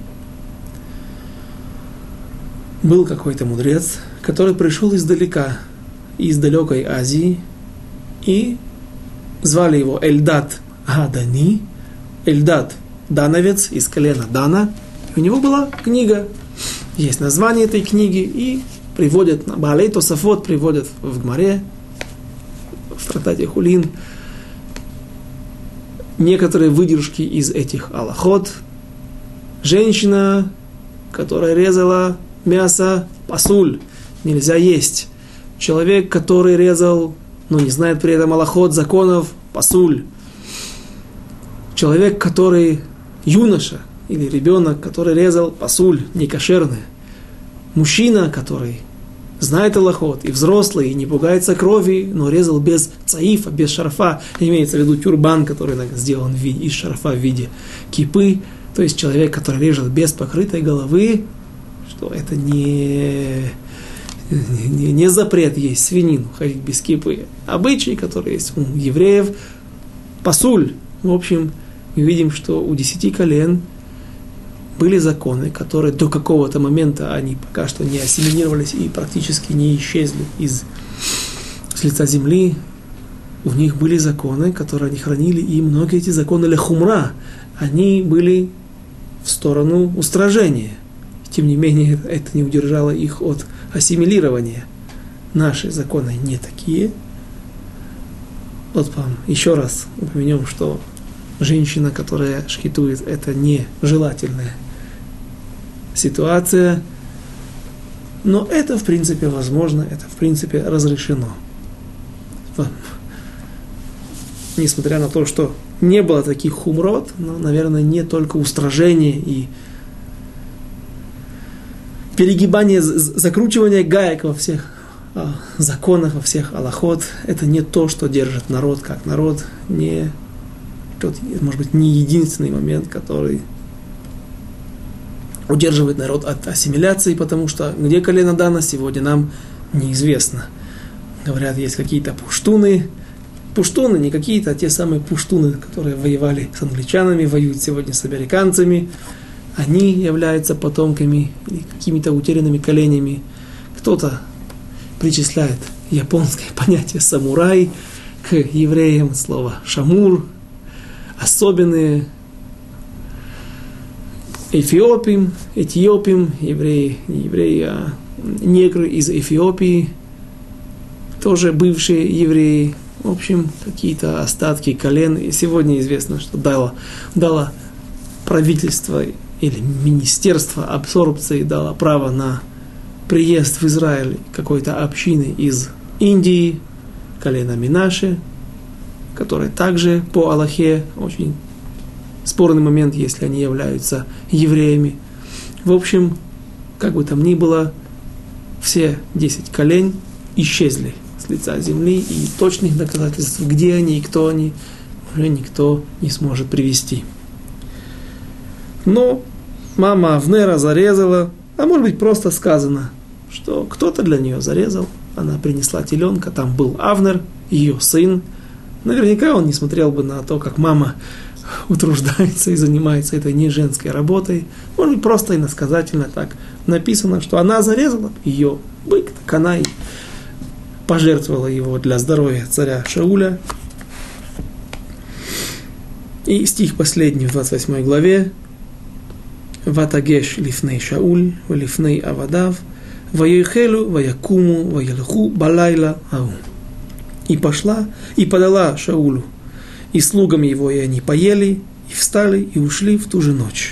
Был какой-то мудрец, который пришел издалека, из далекой Азии, и звали его Эльдад Гадани, Эльдад Дановец из колена Дана. У него была книга, есть название этой книги, и приводят, Баалей Тосафот приводят в Гмаре, в трактате Хулин, некоторые выдержки из этих алахот. Женщина, которая резала мясо, пасуль, нельзя есть. Человек, который резал но не знает при этом алахот, законов, пасуль. Человек, который юноша или ребенок, который резал пасуль, некошерное. Мужчина, который знает алахот, и взрослый, и не пугается крови, но резал без цаифа, без шарфа. Имеется в виду тюрбан, который сделан из шарфа в виде кипы. То есть человек, который режет без покрытой головы, что это не, не, не запрет есть свинину, ходить без кипы. Обычай, который есть у евреев, пасуль. В общем, мы видим, что у десяти колен были законы, которые до какого-то момента они пока что не ассимилировались и практически не исчезли из с лица земли. У них были законы, которые они хранили, и многие эти законы лехумра, они были в сторону устражения. Тем не менее, это не удержало их от ассимилирования. Наши законы не такие. Вот вам еще раз упомянем, что женщина, которая шхитует, это нежелательная ситуация, но это в принципе возможно, это в принципе разрешено. Несмотря на то, что не было таких хумрот, но, наверное, не только устражение и перегибание, закручивание гаек во всех а, законах, во всех алахот, это не то, что держит народ как народ, не тот, может быть, не единственный момент, который удерживает народ от ассимиляции, потому что где колено Дана сегодня нам неизвестно. Говорят, есть какие-то пуштуны. Пуштуны не какие-то, а те самые пуштуны, которые воевали с англичанами, воюют сегодня с американцами. Они являются потомками или какими-то утерянными коленями. Кто-то причисляет японское понятие самурай к евреям, слово шамур, особенные эфиопим, этиопим, евреи, не евреи, а негры из Эфиопии, тоже бывшие евреи, в общем, какие-то остатки колен. И сегодня известно, что дало, дало правительство или министерство абсорбции дало право на приезд в Израиль какой-то общины из Индии, колена Минаше, которые также по Аллахе очень спорный момент, если они являются евреями. В общем, как бы там ни было, все десять колен исчезли с лица земли, и точных доказательств, где они и кто они, уже никто не сможет привести. Но мама Авнера зарезала, а может быть просто сказано, что кто-то для нее зарезал, она принесла теленка, там был Авнер, ее сын. Наверняка он не смотрел бы на то, как мама утруждается и занимается этой не женской работой. Может быть, просто иносказательно так написано, что она зарезала ее бык, так она и пожертвовала его для здоровья царя Шауля. И стих последний в двадцать восьмой главе. «Ватагеш лифней Шауль, валифней Авадав, ваехелу, ваякуму, ваелху, балайла ау». И пошла, и подала Шаулю, и слугам его, и они поели, и встали, и ушли в ту же ночь.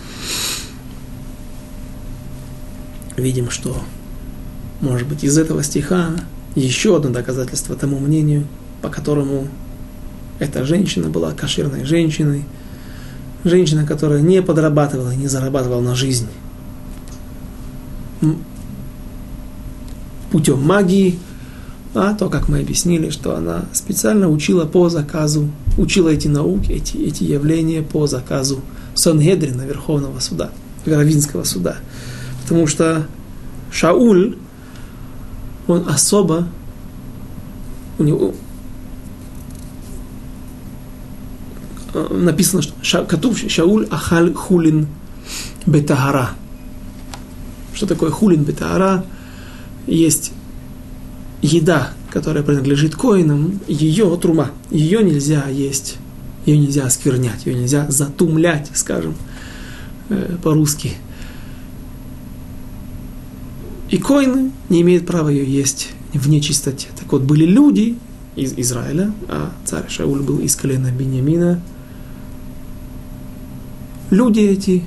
Видим, что, может быть, из этого стиха еще одно доказательство тому мнению, по которому эта женщина была кошерной женщиной, женщина, которая не подрабатывала, не зарабатывала на жизнь путем магии, а то, как мы объяснили, что она специально учила по заказу, учила эти науки, эти, эти явления по заказу Сангедрина, Верховного суда, Раввинского суда. Потому что Шауль, он особо, у него написано, что Катув Шауль ахаль хулин бетагара. Что такое хулин бетагара? Есть еда, которая принадлежит коинам, ее трума, ее нельзя есть, ее нельзя осквернять, ее нельзя затумлять, скажем, э, по-русски. И коины не имеют права ее есть в нечистоте. Так вот, были люди из Израиля, а царь Шауль был из колена Биньямина. Люди эти,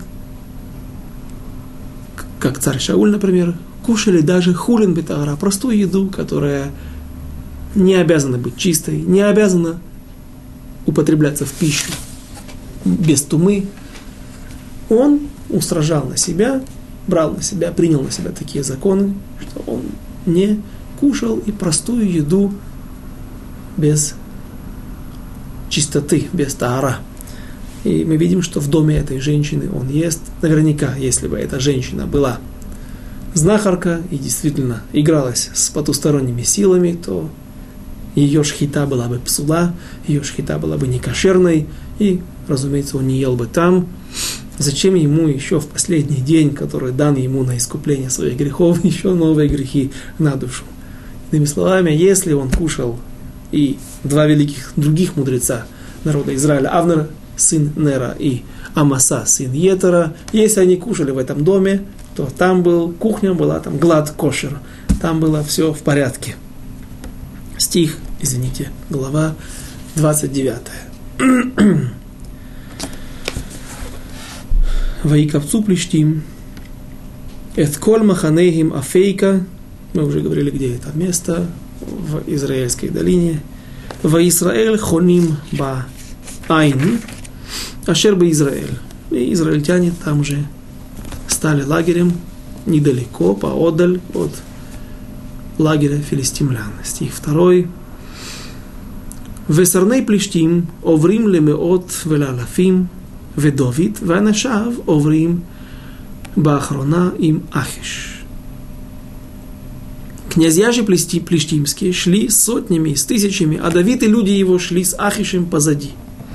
как царь Шауль, например, кушали даже хулин бетагара, простую еду, которая не обязана быть чистой, не обязана употребляться в пищу без тумы. Он устражал на себя, брал на себя, принял на себя такие законы, что он не кушал и простую еду без чистоты, без таара. И мы видим, что в доме этой женщины он ест. Наверняка, если бы эта женщина была знахарка и действительно игралась с потусторонними силами, то ее шхита была бы псула, ее шхита была бы некошерной, и, разумеется, он не ел бы там. Зачем ему еще в последний день, который дан ему на искупление своих грехов, еще новые грехи на душу? Иными словами, если он кушал и два великих других мудреца народа Израиля, Авнер, сын Нера, и Амаса, сын Етера, если они кушали в этом доме, то там был, кухня была, там глад кошер, там было все в порядке. Стих, извините, глава двадцать девятая. Ваикапцу плештим, эт коль маханейхим афейка, мы уже говорили, где это место, в Израильской долине, Ваисраэль хоним ба айн, ашер ба Израэль. И израильтяне там же стали лагерем недалеко, поодаль от лагеря филистимлян. Стих второй. Весарней плештим оврим лемеот велалафим ведовид ванашав оврим баахрона им ахиш. Князья же плештимские шли с сотнями, с тысячами, а Давид и люди его шли с Ахишем позади.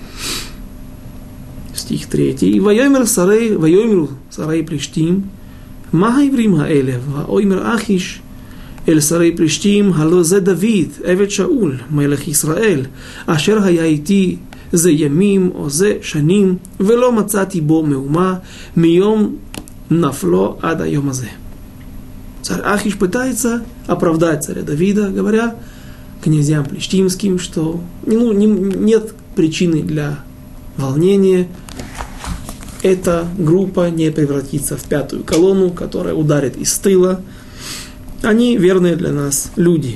Стих третий. Вайомер сарей, вайомеру сарей плештим, махайврим хаэле, вайомер Ахиш, эль сарей плештим, хало зе Давид, эвет Шауль, мелех Исраэль, ашер хая ити зе ямим, о зе шаним, вело мацати бо меума, миом нафло ада йом азе. Царь Ахиш пытается оправдать царя Давида, говоря князьям плештимским, что ну, не, нет причины для волнения. Эта группа не превратится в пятую колонну, которая ударит из тыла. Они верные для нас люди.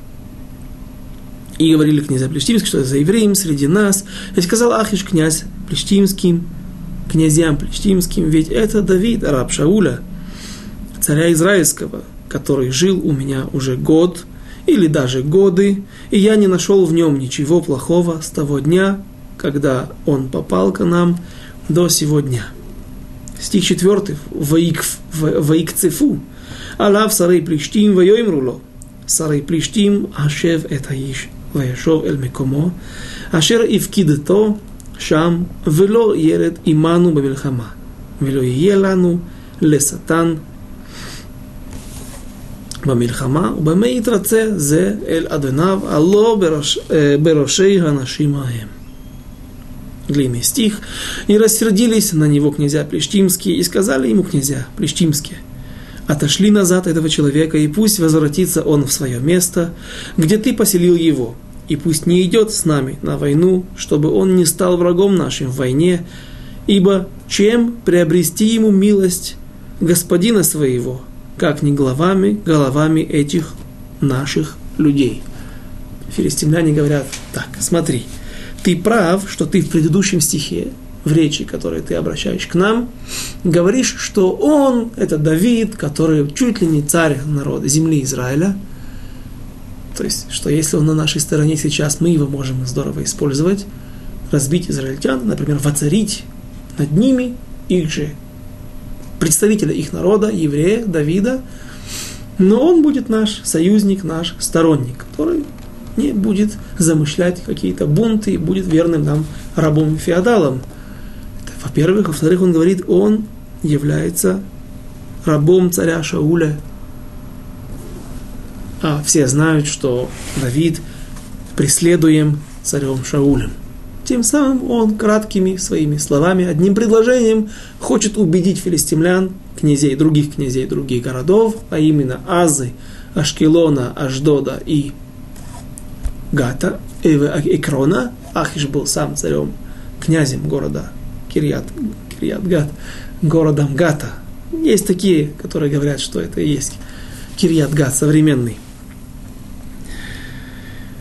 И говорили князья плештимским, что это за евреем среди нас. И сказал Ахиш князь плештимским, князьям плештимским, ведь это Давид, раб Шауля, царя израильского, который жил у меня уже год или даже годы, и я не нашел в нем ничего плохого с того дня, когда он попал к нам, до сего дня. Стих четвертый. Ваикцефу. Алав сарей плештим вайоимруло. Сарей плештим ашев эт аиш ваяшов эль мекомо. Ашер ивкидто шам вело еред иману бамилхама. Вело елану лесатан במלחמה, ובמה יתרצה זה אל אדוניו, הלא בראש, בראשי האנשים ההם. Длинный стих. И рассердились на него князья плештимские, и сказали ему князья плештимские: отошли назад этого человека, и пусть возвратится он в свое место, где ты поселил его, и пусть не идет с нами на войну, чтобы он не стал врагом нашим в войне, ибо чем приобрести ему милость господина своего, как не головами, головами этих наших людей. Филистимляне говорят: так, смотри, ты прав, что ты в предыдущем стихе, в речи, которой ты обращаешь к нам, говоришь, что он, это Давид, который чуть ли не царь народа, земли Израиля. То есть, что если он на нашей стороне сейчас, мы его можем здорово использовать, разбить израильтян, например, воцарить над ними их же представителя их народа, еврея, Давида, но он будет наш союзник, наш сторонник, который не будет замышлять какие-то бунты и будет верным нам рабом и феодалом. Это, во-первых. Во-вторых, он говорит, он является рабом царя Шауля. А все знают, что Давид преследуем царем Шаулем. Тем самым он краткими своими словами, одним предложением хочет убедить филистимлян, князей, других князей других городов, а именно Азы, Ашкелона, Ашдода и Гата, Экрона. Ахиш был сам царем, князем города Кирьят, Кирьят Гат, городом Гата. Есть такие, которые говорят, что это и есть Кирьят Гат современный.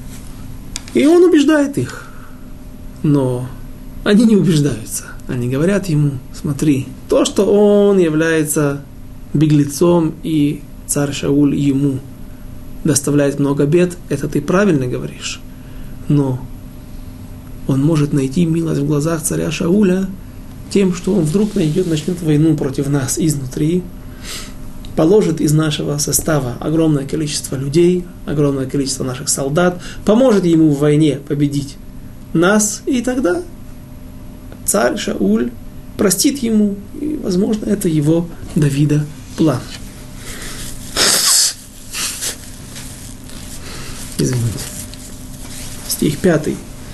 И он убеждает их. Но они не убеждаются. Они говорят ему: смотри, то, что он является беглецом, и царь Шауль ему доставляет много бед, это ты правильно говоришь. Но он может найти милость в глазах царя Шауля тем, что он вдруг найдет, начнет войну против нас изнутри, положит из нашего состава огромное количество людей, огромное количество наших солдат, поможет ему в войне победить нас, и тогда царь Шауль простит ему, и, возможно, это его Давида план. Извините. Стих пятый.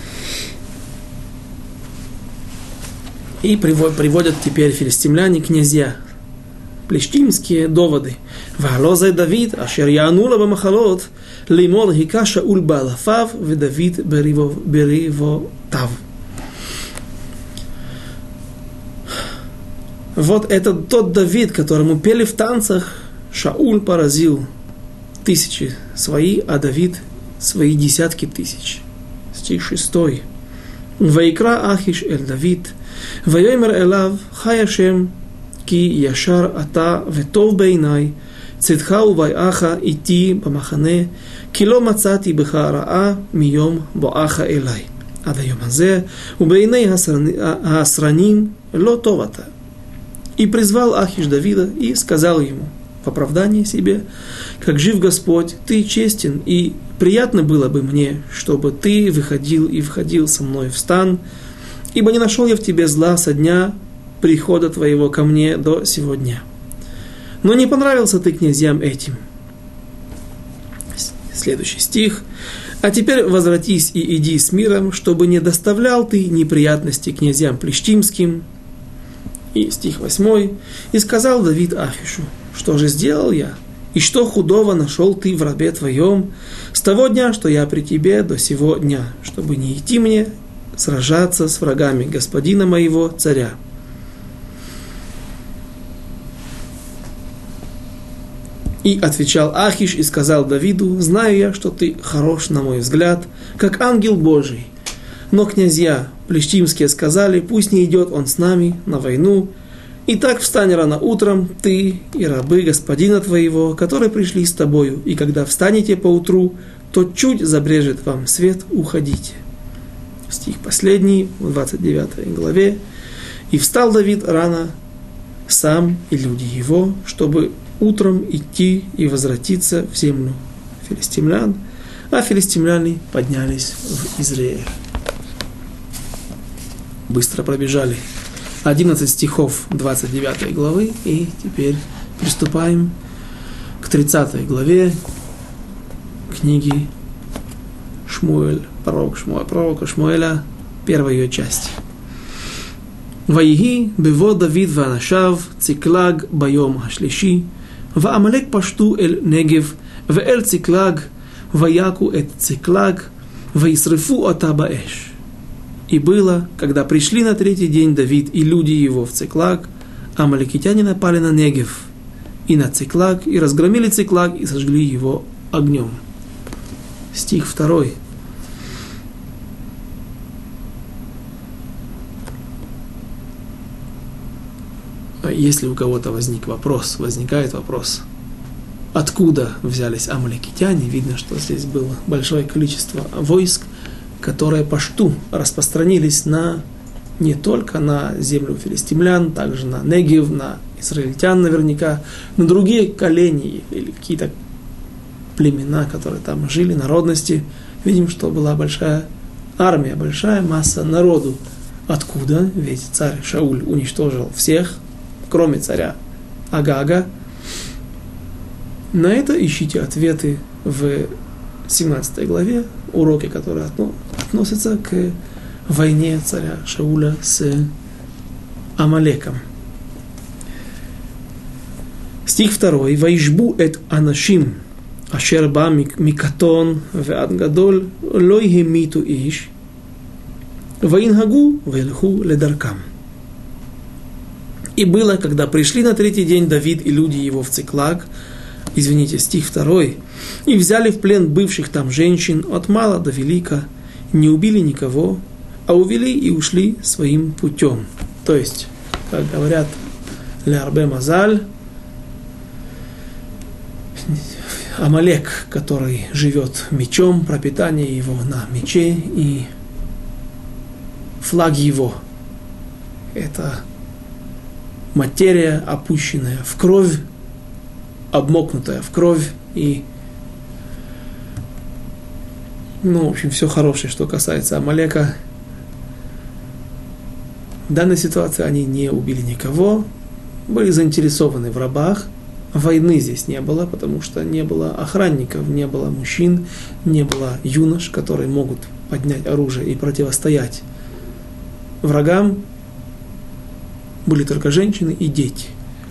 И приводят теперь филистимляне, князья, плештимские доводы. «Ваалозай Давид, ашер яанула бамахалот, леймор хика Шауль баалафав, ведавид беривотав». Вот это тот Давид, которому пели в танцах, Шауль поразил тысячи свои, а Давид свои десятки тысяч. Стих шестой. «Ваикра ахиш эль Давид, ваёймер элав, хай Ашем, ки яшар ата ветов бейнай, цитха увайаха ити бамахане, ки ло мацати беха раа миём боаха элай. Ад היום הזה, ובעיני האסרנים לא טוב אתה». И призвал Ахиш Давида и сказал ему в оправдании себе: «Как жив Господь, ты честен, и приятно было бы мне, чтобы ты выходил и входил со мной в стан, ибо не нашел я в тебе зла со дня прихода твоего ко мне до сего дня. Но не понравился ты князьям этим». Следующий стих. «А теперь возвратись и иди с миром, чтобы не доставлял ты неприятности князьям плештимским». И стих восьмой. «И сказал Давид Ахишу: что же сделал я? И что худого нашел ты в рабе твоем с того дня, что я при тебе до сего дня, чтобы не идти мне сражаться с врагами господина моего царя?» И отвечал Ахиш и сказал Давиду: «Знаю я, что ты хорош, на мой взгляд, как ангел Божий. Но князья плештимские сказали: пусть не идет он с нами на войну. И так встань рано утром, ты и рабы господина твоего, которые пришли с тобою, и когда встанете поутру, то чуть забрежет вам свет, уходите». Стих последний, в двадцать девятой главе. «И встал Давид рано, сам и люди его, чтобы утром идти и возвратиться в землю филистимлян, а филистимляне поднялись в Израиль». Быстро пробежали одиннадцать стихов двадцать девятой главы, и теперь приступаем к тридцатой главе книги Шмуэль, пророк Шмуэль, пророка Шмуэля, первая ее часть. «Ваиги бево Давид ванашав циклаг байом хашлиши, ваамалек пашту эль негев, вэль циклаг, ваяку эт циклаг, ваисрифу ата баэш». И было, когда пришли на третий день Давид и люди его в Циклаг, амаликитяне напали на Негев и на Циклаг, и разгромили Циклаг, и сожгли его огнем. Стих второй. Если у кого-то возник вопрос, возникает вопрос, откуда взялись амаликитяне, видно, что здесь было большое количество войск, которые пашту распространились на, не только на землю филистимлян, также на Негев, на израильтян наверняка, на другие колени или какие-то племена, которые там жили, народности. Видим, что была большая армия, большая масса народу. Откуда? Ведь царь Шауль уничтожил всех, кроме царя Агага. На это ищите ответы в семнадцатой главе, уроки, которые относятся к войне царя Шауля с Амалеком. Стих второй. «Ваишбу эт анашим, ашер ба микатон веад гадоль, лой хемиту иш, ваингагу вельху ледаркам». И было, когда пришли на третий день Давид и люди его в Циклаг, извините, стих второй, «и взяли в плен бывших там женщин от мала до велика, не убили никого, а увели и ушли своим путем. То есть, как говорят, лярбе мазаль, Амалек, который живет мечом, пропитание его на мече, и флаг его – это материя, опущенная в кровь, обмокнутая в кровь, и, ну, в общем, все хорошее, что касается Амалека. В данной ситуации они не убили никого, были заинтересованы в рабах. Войны здесь не было, потому что не было охранников, не было мужчин, не было юнош, которые могут поднять оружие и противостоять врагам. Были только женщины и дети.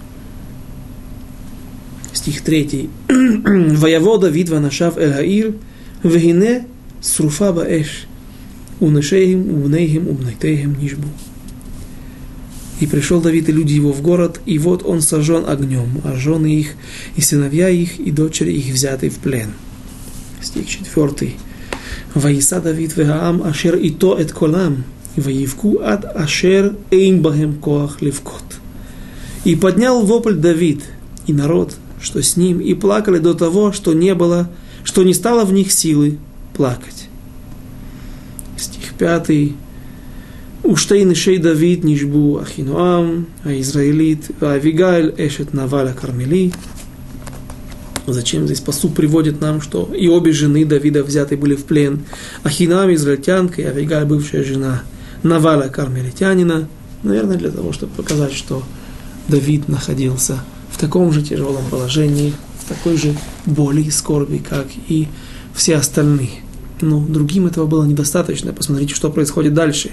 Стих третий. «Ваявода видва нашав эль хаир, вегине сруфа баэш, унешейхим, убнейхим, убнайтейхим нишбу». И пришел Давид и люди его в город, и вот он сожжен огнем, а жены их, и сыновья их, и дочери их взяты в плен. Стих четвертый. «Ваиса Давид вегаам ашер ито эт колам, ваивку ад ашер эйн бахем коах левкот». И поднял вопль Давид и народ, что с ним, и плакали до того, что не было, что не стало в них силы плакать. Стих пятый. «Уштей нишей Давид нишбу Ахинуам, а Израилит, а Авигаиль эшет Наваля Кармели». Зачем здесь посуд приводит нам, что и обе жены Давида взяты были в плен? Ахинуам, израильтянка, и Авигаиль, бывшая жена Наваля Кармелитянина. Наверное, для того, чтобы показать, что Давид находился в таком же тяжелом положении, в такой же боли и скорби, как и все остальные. Но другим этого было недостаточно. Посмотрите, что происходит дальше.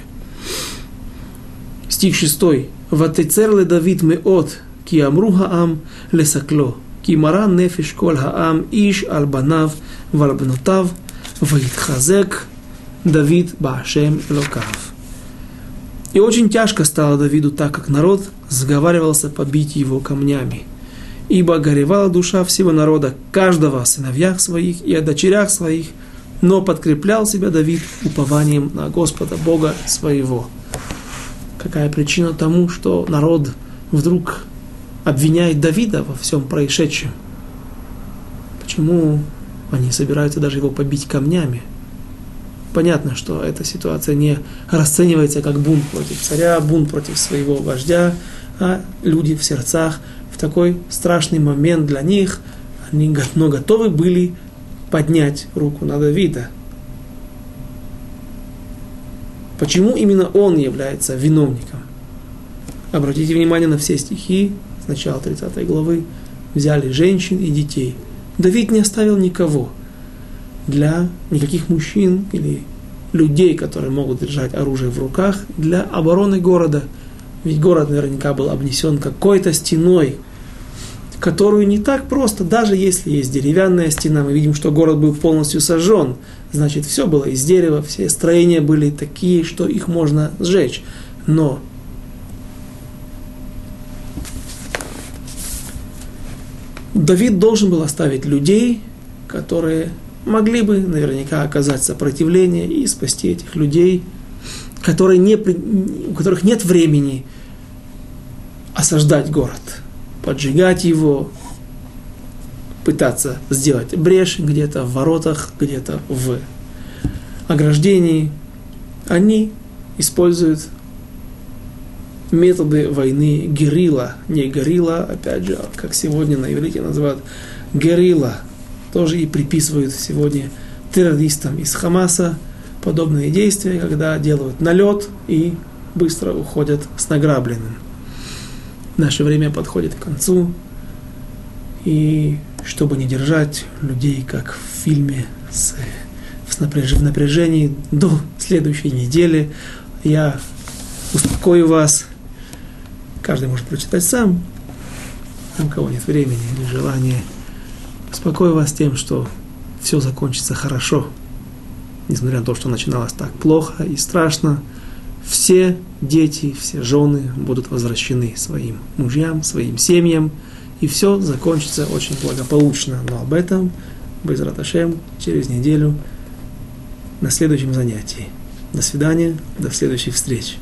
Стих шестой. «Ватецер ле Давид меот, ки амру хаам лесакло, ки мара нефеш кол хаам иш ал банав вал бнотав, ваитхазек Давид баашем элокав». И очень тяжко стало Давиду, так как народ сговаривался побить его камнями. Ибо горевала душа всего народа, каждого о сыновьях своих и о дочерях своих, но подкреплял себя Давид упованием на Господа Бога своего. Какая причина тому, что народ вдруг обвиняет Давида во всем происшедшем? Почему они собираются даже его побить камнями? Понятно, что эта ситуация не расценивается как бунт против царя, бунт против своего вождя, а люди в сердцах в такой страшный момент для них, они но готовы были поднять руку на Давида. Почему именно он является виновником? Обратите внимание на все стихи с начала тридцатой главы. Взяли женщин и детей. Давид не оставил никого. Для никаких мужчин или людей, которые могут держать оружие в руках, для обороны города. Ведь город наверняка был обнесен какой-то стеной, которую не так просто, даже если есть деревянная стена, мы видим, что город был полностью сожжен, значит, все было из дерева, все строения были такие, что их можно сжечь. Но Давид должен был оставить людей, которые могли бы наверняка оказать сопротивление и спасти этих людей, которые не, у которых нет времени осаждать город, поджигать его, пытаться сделать брешь где-то в воротах, где-то в ограждении. Они используют методы войны герилла. Не горилла, опять же, как сегодня на иврите называют герилла. Тоже и приписывают сегодня террористам из Хамаса подобные действия, когда делают налет и быстро уходят с награбленным. Наше время подходит к концу, и чтобы не держать людей, как в фильме, с, в напряжении до следующей недели, я успокою вас. Каждый может прочитать сам, у кого нет времени или желания. Успокою вас тем, что все закончится хорошо, несмотря на то, что начиналось так плохо и страшно. Все дети, все жены будут возвращены своим мужьям, своим семьям, и все закончится очень благополучно. Но об этом, Бе'эзрат Ашем, через неделю на следующем занятии. До свидания, до следующих встреч.